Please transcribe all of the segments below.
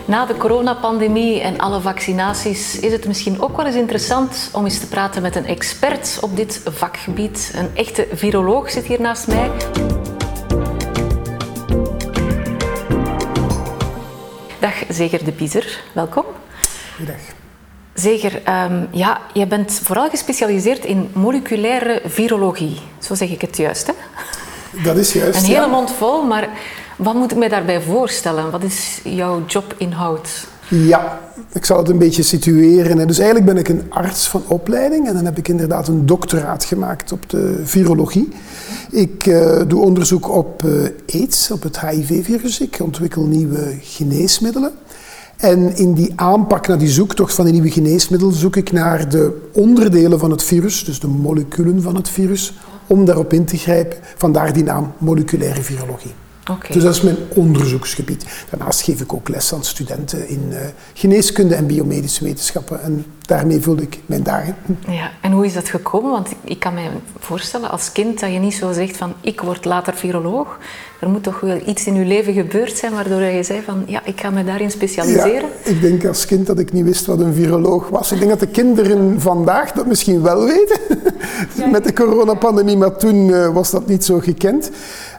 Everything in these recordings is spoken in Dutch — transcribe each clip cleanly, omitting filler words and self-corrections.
Na de coronapandemie en alle vaccinaties is het misschien ook wel eens interessant om eens te praten met een expert op dit vakgebied. Een echte viroloog zit hier naast mij. Dag Zeger de Biezer, welkom. Goedendag. Zeger, jij bent vooral gespecialiseerd in moleculaire virologie. Zo zeg ik het juist, hè? Dat is juist, een hele mond vol, maar wat moet ik mij daarbij voorstellen? Wat is jouw jobinhoud? Ja, ik zal het een beetje situeren. Dus eigenlijk ben ik een arts van opleiding en dan heb ik inderdaad een doctoraat gemaakt op de virologie. Ik doe onderzoek op AIDS, op het HIV-virus. Ik ontwikkel nieuwe geneesmiddelen. En in die aanpak naar die zoektocht van die nieuwe geneesmiddelen zoek ik naar de onderdelen van het virus, dus de moleculen van het virus, om daarop in te grijpen. Vandaar die naam moleculaire virologie. Okay. Dus dat is mijn onderzoeksgebied. Daarnaast geef ik ook les aan studenten in geneeskunde en biomedische wetenschappen. En daarmee vul ik mijn dagen. Ja, en hoe is dat gekomen? Want ik kan me voorstellen als kind dat je niet zo zegt van ik word later viroloog. Er moet toch wel iets in je leven gebeurd zijn waardoor je zei van ja, ik ga me daarin specialiseren. Ja, ik denk als kind dat ik niet wist wat een viroloog was. Ik denk dat de kinderen vandaag dat misschien wel weten. Met de coronapandemie, maar toen was dat niet zo gekend.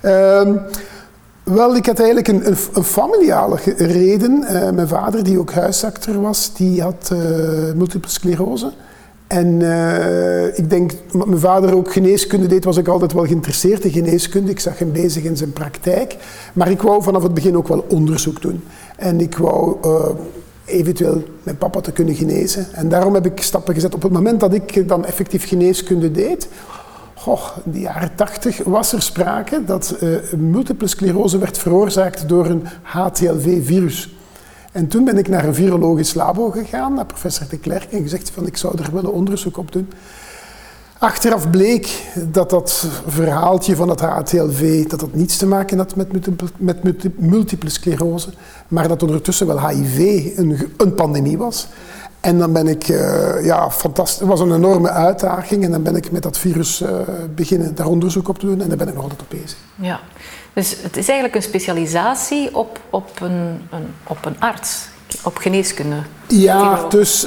Wel, ik had eigenlijk een familiale reden. Mijn vader, die ook huisarts was, die had multiple sclerose. En ik denk, omdat mijn vader ook geneeskunde deed, was ik altijd wel geïnteresseerd in geneeskunde. Ik zag hem bezig in zijn praktijk. Maar ik wou vanaf het begin ook wel onderzoek doen. En ik wou eventueel mijn papa te kunnen genezen. En daarom heb ik stappen gezet. Op het moment dat ik dan effectief geneeskunde deed, in de jaren 80 was er sprake dat multiple sclerose werd veroorzaakt door een HTLV-virus. En toen ben ik naar een virologisch labo gegaan, naar professor de Klerk, en gezegd van ik zou er willen onderzoek op doen. Achteraf bleek dat dat verhaaltje van het HTLV dat niets te maken had met multiple sclerose, maar dat ondertussen wel HIV een pandemie was. En dan ben ik, fantastisch, het was een enorme uitdaging en dan ben ik met dat virus beginnen daar onderzoek op te doen en daar ben ik nog altijd op bezig. Ja, dus het is eigenlijk een specialisatie op een arts, op geneeskunde. Ja, dus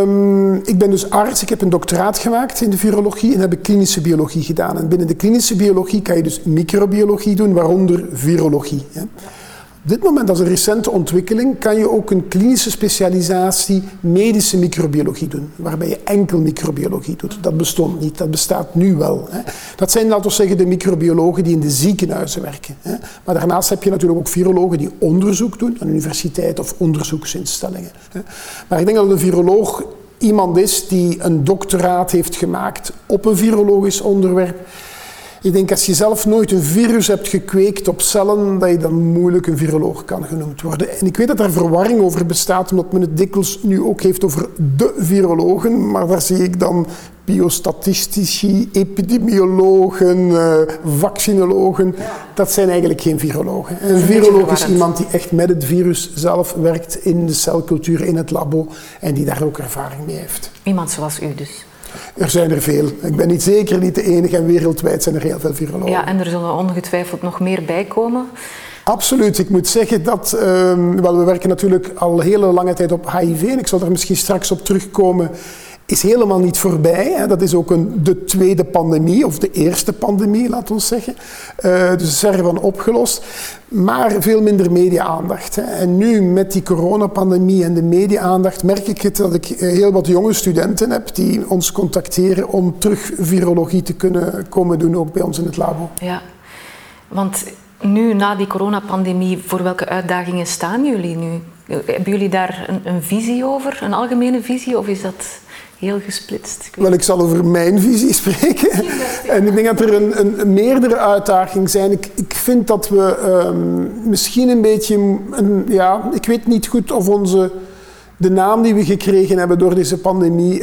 ik ben dus arts, ik heb een doctoraat gemaakt in de virologie en heb ik klinische biologie gedaan. En binnen de klinische biologie kan je dus microbiologie doen, waaronder virologie. Hè. Op dit moment, als een recente ontwikkeling, kan je ook een klinische specialisatie medische microbiologie doen, waarbij je enkel microbiologie doet. Dat bestond niet, dat bestaat nu wel. Hè. Dat zijn, laten we zeggen, de microbiologen die in de ziekenhuizen werken. Hè. Maar daarnaast heb je natuurlijk ook virologen die onderzoek doen aan universiteiten of onderzoeksinstellingen. Hè. Maar ik denk dat een viroloog iemand is die een doctoraat heeft gemaakt op een virologisch onderwerp. Ik denk als je zelf nooit een virus hebt gekweekt op cellen, dat je dan moeilijk een viroloog kan genoemd worden. En ik weet dat er verwarring over bestaat, omdat men het dikwijls nu ook heeft over de virologen, maar daar zie ik dan biostatistici, epidemiologen, vaccinologen. Dat zijn eigenlijk geen virologen. Een viroloog is iemand die echt met het virus zelf werkt in de celcultuur, in het labo en die daar ook ervaring mee heeft. Iemand zoals u dus? Er zijn er veel. Ik ben zeker niet de enige en wereldwijd zijn er heel veel virologen. Ja, en er zullen ongetwijfeld nog meer bij komen. Absoluut. Ik moet zeggen dat, we werken natuurlijk al hele lange tijd op HIV en ik zal er misschien straks op terugkomen, is helemaal niet voorbij. Hè. Dat is ook de tweede pandemie, of de eerste pandemie, laten we zeggen. Dus is ervan opgelost. Maar veel minder media-aandacht. Hè. En nu met die coronapandemie en de media-aandacht merk ik het dat ik heel wat jonge studenten heb die ons contacteren om terug virologie te kunnen komen doen, ook bij ons in het labo. Ja, want nu na die coronapandemie, voor welke uitdagingen staan jullie nu? Hebben jullie daar een visie over, een algemene visie, of is dat heel gesplitst? Ik zal over mijn visie spreken. En ik denk dat er een meerdere uitdagingen zijn. Ik vind dat we misschien een beetje, ik weet niet goed of de naam die we gekregen hebben door deze pandemie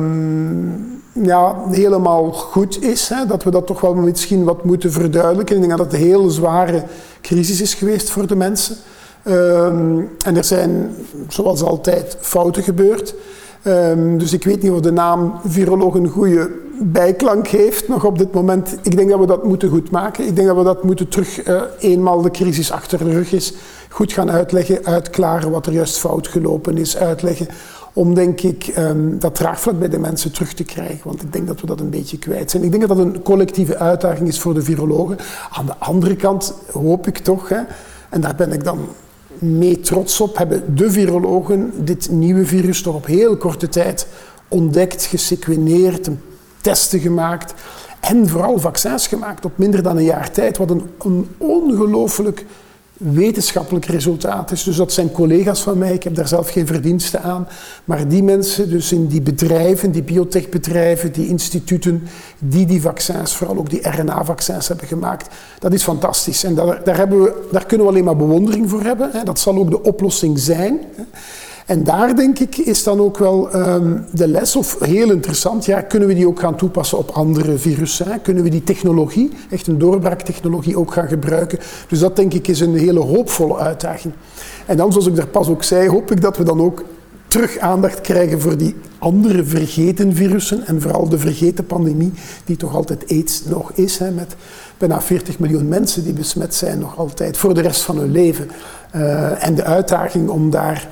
helemaal goed is. Hè? Dat we dat toch wel misschien wat moeten verduidelijken. Ik denk dat het een heel zware crisis is geweest voor de mensen. En er zijn, zoals altijd, fouten gebeurd. Dus ik weet niet of de naam viroloog een goede bijklank heeft nog op dit moment. Ik denk dat we dat moeten goed maken. Ik denk dat we dat moeten terug, eenmaal de crisis achter de rug is, goed gaan uitleggen, uitklaren wat er juist fout gelopen is, uitleggen. Om, denk ik, dat draagvlak bij de mensen terug te krijgen. Want ik denk dat we dat een beetje kwijt zijn. Ik denk dat dat een collectieve uitdaging is voor de virologen. Aan de andere kant hoop ik toch, hè, en daar ben ik dan mee trots op, hebben de virologen dit nieuwe virus toch op heel korte tijd ontdekt, gesequeneerd, testen gemaakt en vooral vaccins gemaakt op minder dan een jaar tijd. Wat een ongelooflijk wetenschappelijk resultaat is. Dus dat zijn collega's van mij, ik heb daar zelf geen verdienste aan, maar die mensen dus in die bedrijven, die biotechbedrijven, die instituten, die vaccins, vooral ook die RNA-vaccins hebben gemaakt, dat is fantastisch. En daar kunnen we alleen maar bewondering voor hebben. Dat zal ook de oplossing zijn. En daar, denk ik, is dan ook wel de les, of heel interessant, ja, kunnen we die ook gaan toepassen op andere virussen? Kunnen we die technologie, echt een doorbraaktechnologie, ook gaan gebruiken? Dus dat, denk ik, is een hele hoopvolle uitdaging. En dan, zoals ik daar pas ook zei, hoop ik dat we dan ook terug aandacht krijgen voor die andere vergeten virussen en vooral de vergeten pandemie, die toch altijd AIDS nog is, hè, met bijna 40 miljoen mensen die besmet zijn nog altijd, voor de rest van hun leven. En de uitdaging om daar...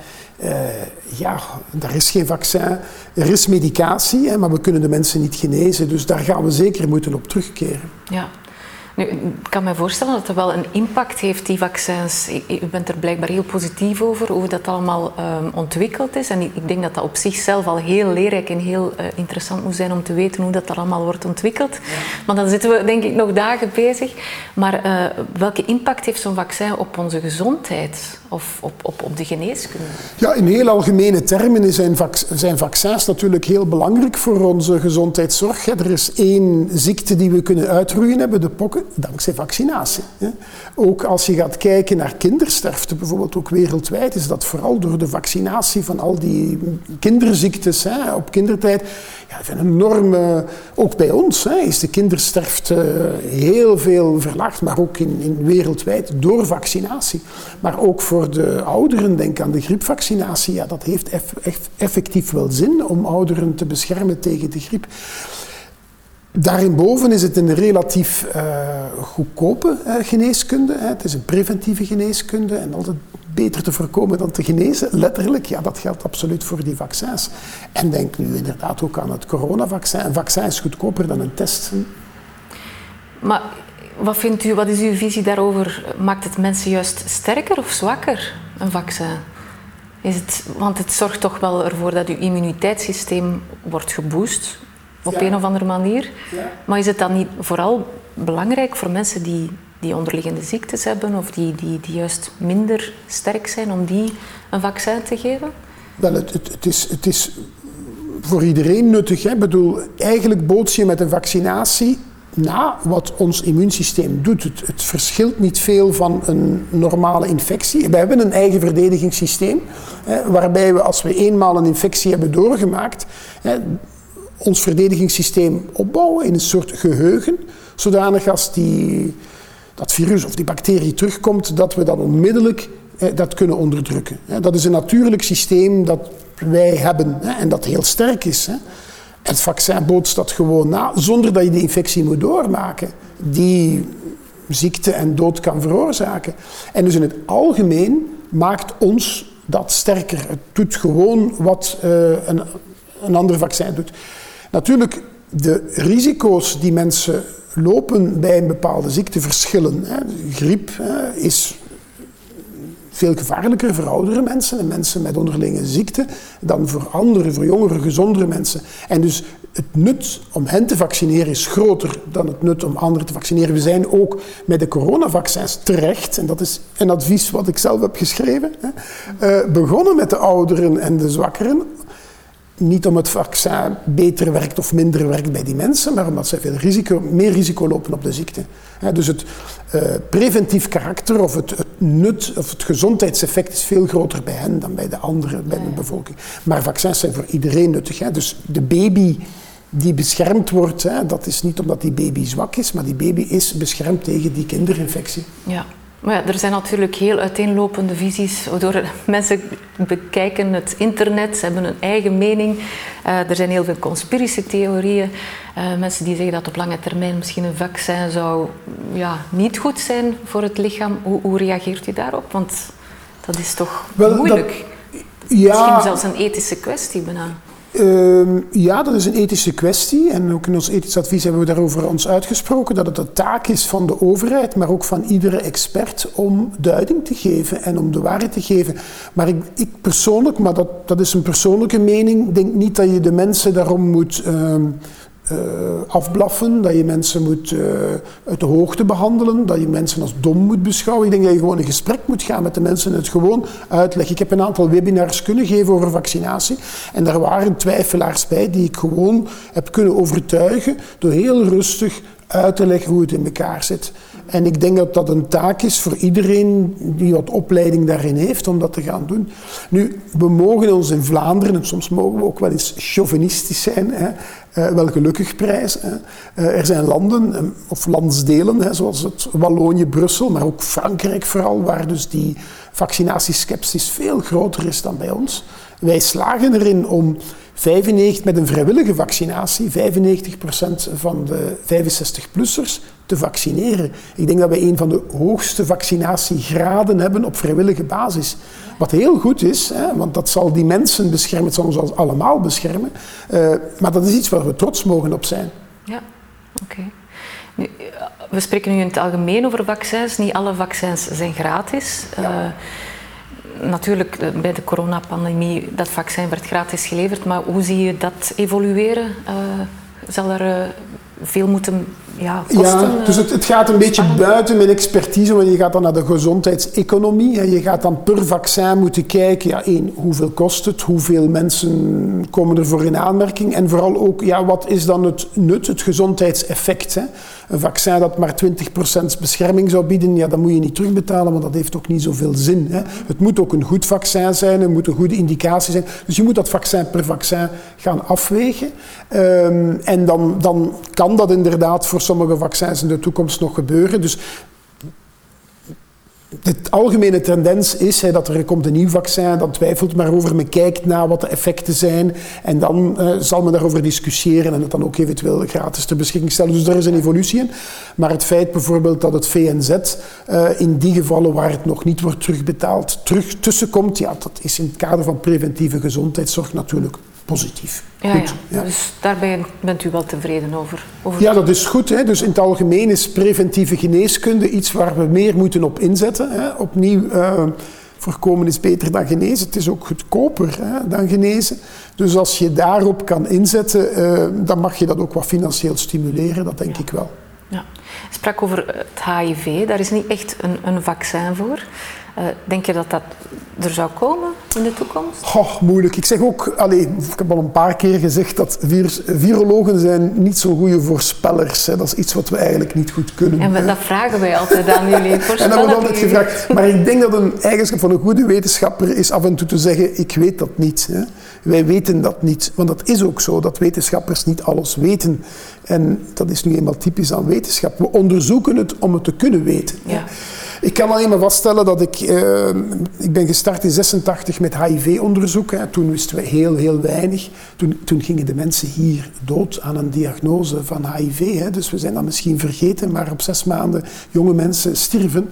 er is geen vaccin, er is medicatie, maar we kunnen de mensen niet genezen. Dus daar gaan we zeker moeten op terugkeren. Ja. Nu, ik kan me voorstellen dat het wel een impact heeft, die vaccins. U bent er blijkbaar heel positief over, hoe dat allemaal ontwikkeld is. En ik denk dat dat op zichzelf al heel leerrijk en heel interessant moet zijn om te weten hoe dat allemaal wordt ontwikkeld. Ja. Maar dan zitten we, denk ik, nog dagen bezig. Maar welke impact heeft zo'n vaccin op onze gezondheid of op de geneeskunde? Ja, in heel algemene termen zijn vaccins natuurlijk heel belangrijk voor onze gezondheidszorg. Er is één ziekte die we kunnen uitroeien hebben, de pokken, dankzij vaccinatie. Ook als je gaat kijken naar kindersterfte, bijvoorbeeld ook wereldwijd, is dat vooral door de vaccinatie van al die kinderziektes op kindertijd. Ja, een enorme, ook bij ons is de kindersterfte heel veel verlaagd, maar ook in wereldwijd door vaccinatie. Maar ook voor de ouderen, denk aan de griepvaccinatie, ja, dat heeft effectief wel zin om ouderen te beschermen tegen de griep. Daarinboven is het een relatief goedkope geneeskunde. Het is een preventieve geneeskunde en altijd beter te voorkomen dan te genezen, letterlijk. Ja, dat geldt absoluut voor die vaccins. En denk nu inderdaad ook aan het coronavaccin. Een vaccin is goedkoper dan een test. Maar wat is uw visie daarover? Maakt het mensen juist sterker of zwakker, een vaccin? Want het zorgt toch wel ervoor dat uw immuniteitssysteem wordt geboost op een of andere manier. Ja. Maar is het dan niet vooral belangrijk voor mensen die onderliggende ziektes hebben of die juist minder sterk zijn om die een vaccin te geven? Wel, het is voor iedereen nuttig. Hè? Ik bedoel, eigenlijk boots je met een vaccinatie na wat ons immuunsysteem doet. Het verschilt niet veel van een normale infectie. We hebben een eigen verdedigingssysteem, waarbij we, als we eenmaal een infectie hebben doorgemaakt, ons verdedigingssysteem opbouwen in een soort geheugen, zodanig als dat virus of die bacterie terugkomt, dat we dan onmiddellijk dat kunnen onderdrukken. Dat is een natuurlijk systeem dat wij hebben en dat heel sterk is. Het vaccin bootst dat gewoon na, zonder dat je de infectie moet doormaken, die ziekte en dood kan veroorzaken. En dus in het algemeen maakt ons dat sterker. Het doet gewoon wat een ander vaccin doet. Natuurlijk, de risico's die mensen lopen bij een bepaalde ziekte verschillen. Griep is veel gevaarlijker voor oudere mensen en mensen met onderliggende ziekte dan voor andere, voor jongere, gezondere mensen. En dus het nut om hen te vaccineren is groter dan het nut om anderen te vaccineren. We zijn ook met de coronavaccins terecht, en dat is een advies wat ik zelf heb geschreven, begonnen met de ouderen en de zwakkeren. Niet om het vaccin beter werkt of minder werkt bij die mensen, maar omdat zij meer risico lopen op de ziekte. Dus het preventief karakter of het nut of het gezondheidseffect is veel groter bij hen dan bij de anderen, bij de bevolking. Maar vaccins zijn voor iedereen nuttig. Dus de baby die beschermd wordt, dat is niet omdat die baby zwak is, maar die baby is beschermd tegen die kinderinfectie. Ja. Maar ja, er zijn natuurlijk heel uiteenlopende visies, waardoor mensen bekijken het internet, ze hebben een eigen mening. Er zijn heel veel conspiratietheorieën. Mensen die zeggen dat op lange termijn misschien een vaccin zou niet goed zijn voor het lichaam. Hoe reageert u daarop? Want Dat is toch moeilijk? Misschien zelfs een ethische kwestie bijna. Ja, dat is een ethische kwestie. En ook in ons ethisch advies hebben we daarover ons uitgesproken dat het de taak is van de overheid, maar ook van iedere expert om duiding te geven en om de waarheid te geven. Maar ik persoonlijk, maar dat is een persoonlijke mening, denk niet dat je de mensen daarom moet afblaffen, dat je mensen moet uit de hoogte behandelen, dat je mensen als dom moet beschouwen. Ik denk dat je gewoon een gesprek moet gaan met de mensen en het gewoon uitleggen. Ik heb een aantal webinars kunnen geven over vaccinatie en daar waren twijfelaars bij die ik gewoon heb kunnen overtuigen door heel rustig uit te leggen hoe het in elkaar zit. En ik denk dat dat een taak is voor iedereen die wat opleiding daarin heeft om dat te gaan doen. Nu, we mogen ons in Vlaanderen, en soms mogen we ook wel eens chauvinistisch zijn, wel gelukkig prijzen. Er zijn landen of landsdelen, zoals het Wallonië, Brussel, maar ook Frankrijk vooral, waar dus die vaccinatieskepsis veel groter is dan bij ons. Wij slagen erin om met een vrijwillige vaccinatie 95% van de 65-plussers te vaccineren. Ik denk dat wij een van de hoogste vaccinatiegraden hebben op vrijwillige basis. Wat heel goed is, want dat zal die mensen beschermen, het zal ons allemaal beschermen. Maar dat is iets waar we trots mogen op zijn. Ja, oké. We spreken nu in het algemeen over vaccins. Niet alle vaccins zijn gratis. Ja. Natuurlijk, bij de coronapandemie, dat vaccin werd gratis geleverd, maar hoe zie je dat evolueren? Zal er veel moeten kosten? Ja, dus het gaat een beetje buiten mijn expertise, want je gaat dan naar de gezondheidseconomie en je gaat dan per vaccin moeten kijken, hoeveel kost het, hoeveel mensen komen er voor in aanmerking en vooral ook, wat is dan het nut, het gezondheidseffect. Hè? Een vaccin dat maar 20% bescherming zou bieden, dat moet je niet terugbetalen, want dat heeft ook niet zoveel zin. Hè? Het moet ook een goed vaccin zijn, het moet een goede indicatie zijn. Dus je moet dat vaccin per vaccin gaan afwegen. En dan kan dat inderdaad voor sommige vaccins in de toekomst nog gebeuren. Dus de algemene tendens is dat er komt een nieuw vaccin, dan twijfelt maar over, men kijkt naar wat de effecten zijn en dan zal men daarover discussiëren en het dan ook eventueel gratis ter beschikking stellen. Dus daar is een evolutie in. Maar het feit bijvoorbeeld dat het VNZ in die gevallen waar het nog niet wordt terugbetaald, terug tussenkomt, dat is in het kader van preventieve gezondheidszorg natuurlijk positief. Goed, ja. Dus daarbij bent u wel tevreden over? Ja, dat is goed. Hè. Dus in het algemeen is preventieve geneeskunde iets waar we meer moeten op inzetten. Hè. Opnieuw, voorkomen is beter dan genezen. Het is ook goedkoper dan genezen. Dus als je daarop kan inzetten, dan mag je dat ook wat financieel stimuleren. Dat denk ik wel. Ja. Je sprak over het HIV. Daar is niet echt een vaccin voor. Denk je dat dat er zou komen in de toekomst? Moeilijk. Ik zeg ook, ik heb al een paar keer gezegd dat virologen zijn niet zo goede voorspellers. Hè. Dat is iets wat we eigenlijk niet goed kunnen. En dat vragen wij altijd aan jullie. En dat wordt altijd gevraagd. Maar ik denk dat een eigenschap van een goede wetenschapper is af en toe te zeggen, ik weet dat niet. Hè. Wij weten dat niet. Want dat is ook zo, dat wetenschappers niet alles weten. En dat is nu eenmaal typisch aan wetenschap. We onderzoeken het om het te kunnen weten. Ja. Ik kan alleen maar vaststellen dat ik ben gestart in 86 met HIV-onderzoek. Toen wisten we heel weinig. Toen gingen de mensen hier dood aan een diagnose van HIV. Hè. Dus we zijn dat misschien vergeten, maar op 6 maanden jonge mensen stierven.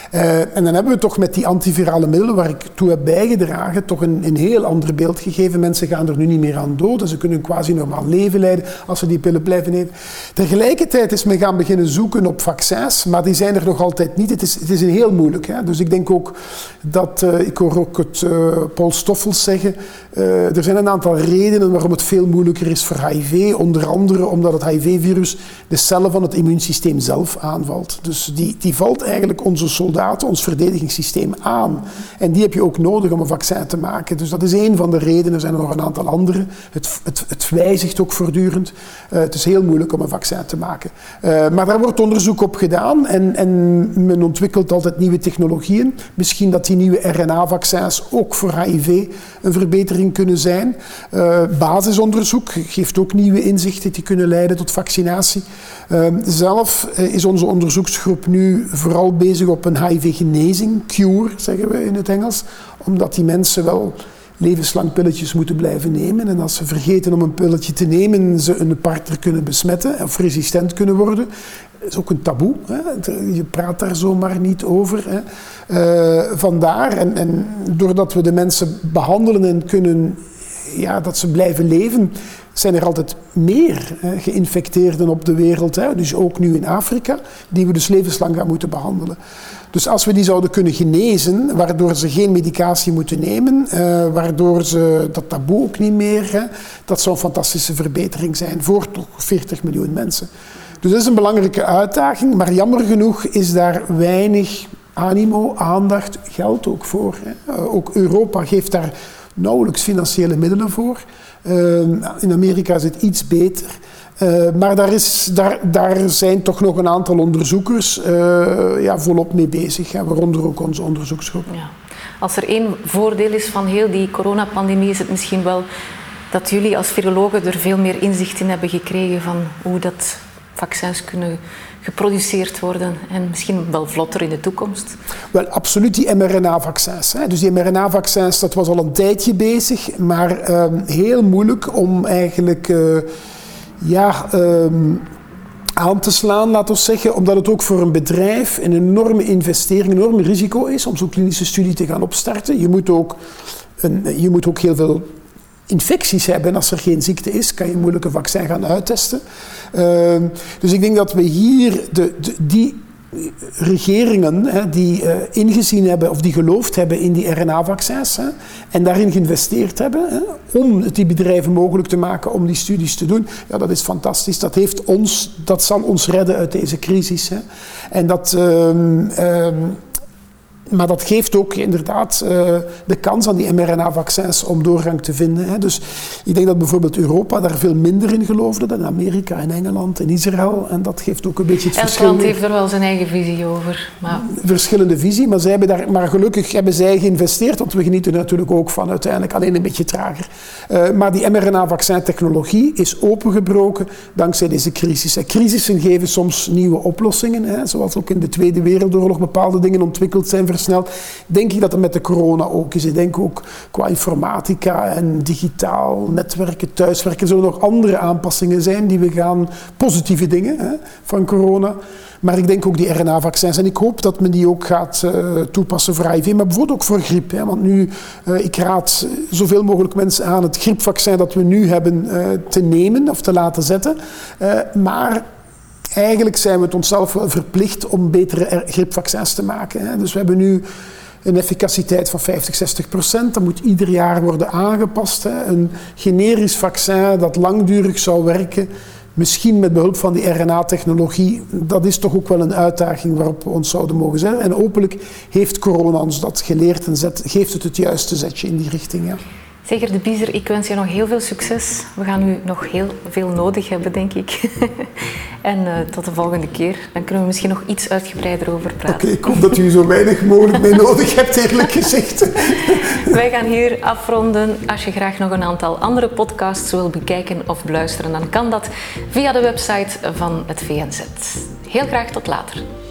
En dan hebben we toch met die antivirale middelen, waar ik toe heb bijgedragen, toch een heel ander beeld gegeven. Mensen gaan er nu niet meer aan dood en ze kunnen een quasi-normaal leven leiden als ze die pillen blijven nemen. Tegelijkertijd is men gaan beginnen zoeken op vaccins, maar die zijn er nog altijd niet. Het is heel moeilijk. Hè? Dus ik denk ook dat, ik hoor ook het Paul Stoffels zeggen, er zijn een aantal redenen waarom het veel moeilijker is voor HIV. Onder andere omdat het HIV-virus de cellen van het immuunsysteem zelf aanvalt. Dus die valt eigenlijk onze soldaten, ons verdedigingssysteem aan. En die heb je ook nodig om een vaccin te maken. Dus dat is één van de redenen. Er zijn er nog een aantal andere. Het wijzigt ook voortdurend. Het is heel moeilijk om een vaccin te maken. Maar daar wordt onderzoek op gedaan en men ontwikkelt altijd nieuwe technologieën. Misschien dat die nieuwe RNA-vaccins ook voor HIV een verbetering kunnen zijn. Basisonderzoek geeft ook nieuwe inzichten die kunnen leiden tot vaccinatie. Zelf is onze onderzoeksgroep nu vooral bezig op een HIV-genezing, cure, zeggen we in het Engels, omdat die mensen wel levenslang pilletjes moeten blijven nemen. En als ze vergeten om een pilletje te nemen, ze een partner kunnen besmetten of resistent kunnen worden. Dat is ook een taboe. Hè. Je praat daar zomaar niet over. Hè. Vandaar, en doordat we de mensen behandelen en kunnen, dat ze blijven leven, zijn er altijd meer geïnfecteerden op de wereld. Hè. Dus ook nu in Afrika, die we dus levenslang gaan moeten behandelen. Dus als we die zouden kunnen genezen, waardoor ze geen medicatie moeten nemen, waardoor ze dat taboe ook niet meer, dat zou een fantastische verbetering zijn voor toch 40 miljoen mensen. Dus dat is een belangrijke uitdaging, maar jammer genoeg is daar weinig animo, aandacht, geld ook voor. Hè. Ook Europa geeft daar nauwelijks financiële middelen voor. In Amerika is het iets beter. Maar daar zijn toch nog een aantal onderzoekers volop mee bezig, waaronder ook onze onderzoeksgroep. Ja. Als er één voordeel is van heel die coronapandemie, is het misschien wel dat jullie als virologen er veel meer inzicht in hebben gekregen van hoe dat vaccins kunnen geproduceerd worden en misschien wel vlotter in de toekomst? Wel, absoluut die mRNA-vaccins. Dus die mRNA-vaccins, dat was al een tijdje bezig, maar heel moeilijk om eigenlijk aan te slaan, laten we zeggen, omdat het ook voor een bedrijf een enorme investering, een enorm risico is om zo'n klinische studie te gaan opstarten. Je moet ook heel veel infecties hebben. Als er geen ziekte is, kan je moeilijk een vaccin gaan uittesten. Dus ik denk dat we hier die regeringen die ingezien hebben of die geloofd hebben in die RNA-vaccins en daarin geïnvesteerd hebben om het die bedrijven mogelijk te maken om die studies te doen, ja, dat is fantastisch. Dat zal ons redden uit deze crisis. En maar dat geeft ook inderdaad de kans aan die mRNA-vaccins om doorgang te vinden. Hè. Dus ik denk dat bijvoorbeeld Europa daar veel minder in geloofde dan Amerika en Engeland en Israël. En dat geeft ook een beetje het verschil. Elk land heeft er wel zijn eigen visie over. Maar verschillende visie, maar gelukkig hebben zij geïnvesteerd, want we genieten er natuurlijk ook van uiteindelijk, alleen een beetje trager. Maar die mRNA-vaccintechnologie is opengebroken dankzij deze crisis. Crisissen geven soms nieuwe oplossingen, hè, zoals ook in de Tweede Wereldoorlog bepaalde dingen ontwikkeld zijn versneld. Denk ik dat het met de corona ook is. Ik denk ook qua informatica en digitaal netwerken, thuiswerken, zullen er nog andere aanpassingen zijn die we gaan, positieve dingen van corona. Maar ik denk ook die RNA-vaccins. En ik hoop dat men die ook gaat toepassen voor HIV, maar bijvoorbeeld ook voor griep. Hè. Want nu, ik raad zoveel mogelijk mensen aan het griepvaccin dat we nu hebben te nemen of te laten zetten. Maar eigenlijk zijn we het onszelf wel verplicht om betere griepvaccins te maken. Hè. Dus we hebben nu een efficaciteit van 50-60%. Dat moet ieder jaar worden aangepast. Hè. Een generisch vaccin dat langdurig zou werken, misschien met behulp van die RNA-technologie, dat is toch ook wel een uitdaging waarop we ons zouden mogen zetten. En hopelijk heeft corona ons dat geleerd en geeft het juiste zetje in die richting. Ja. Zeker de Biezer, ik wens je nog heel veel succes. We gaan u nog heel veel nodig hebben, denk ik. En tot de volgende keer. Dan kunnen we misschien nog iets uitgebreider over praten. Oké, ik hoop dat u zo weinig mogelijk mee nodig hebt, eerlijk gezegd. Wij gaan hier afronden. Als je graag nog een aantal andere podcasts wil bekijken of beluisteren, dan kan dat via de website van het VNZ. Heel graag tot later.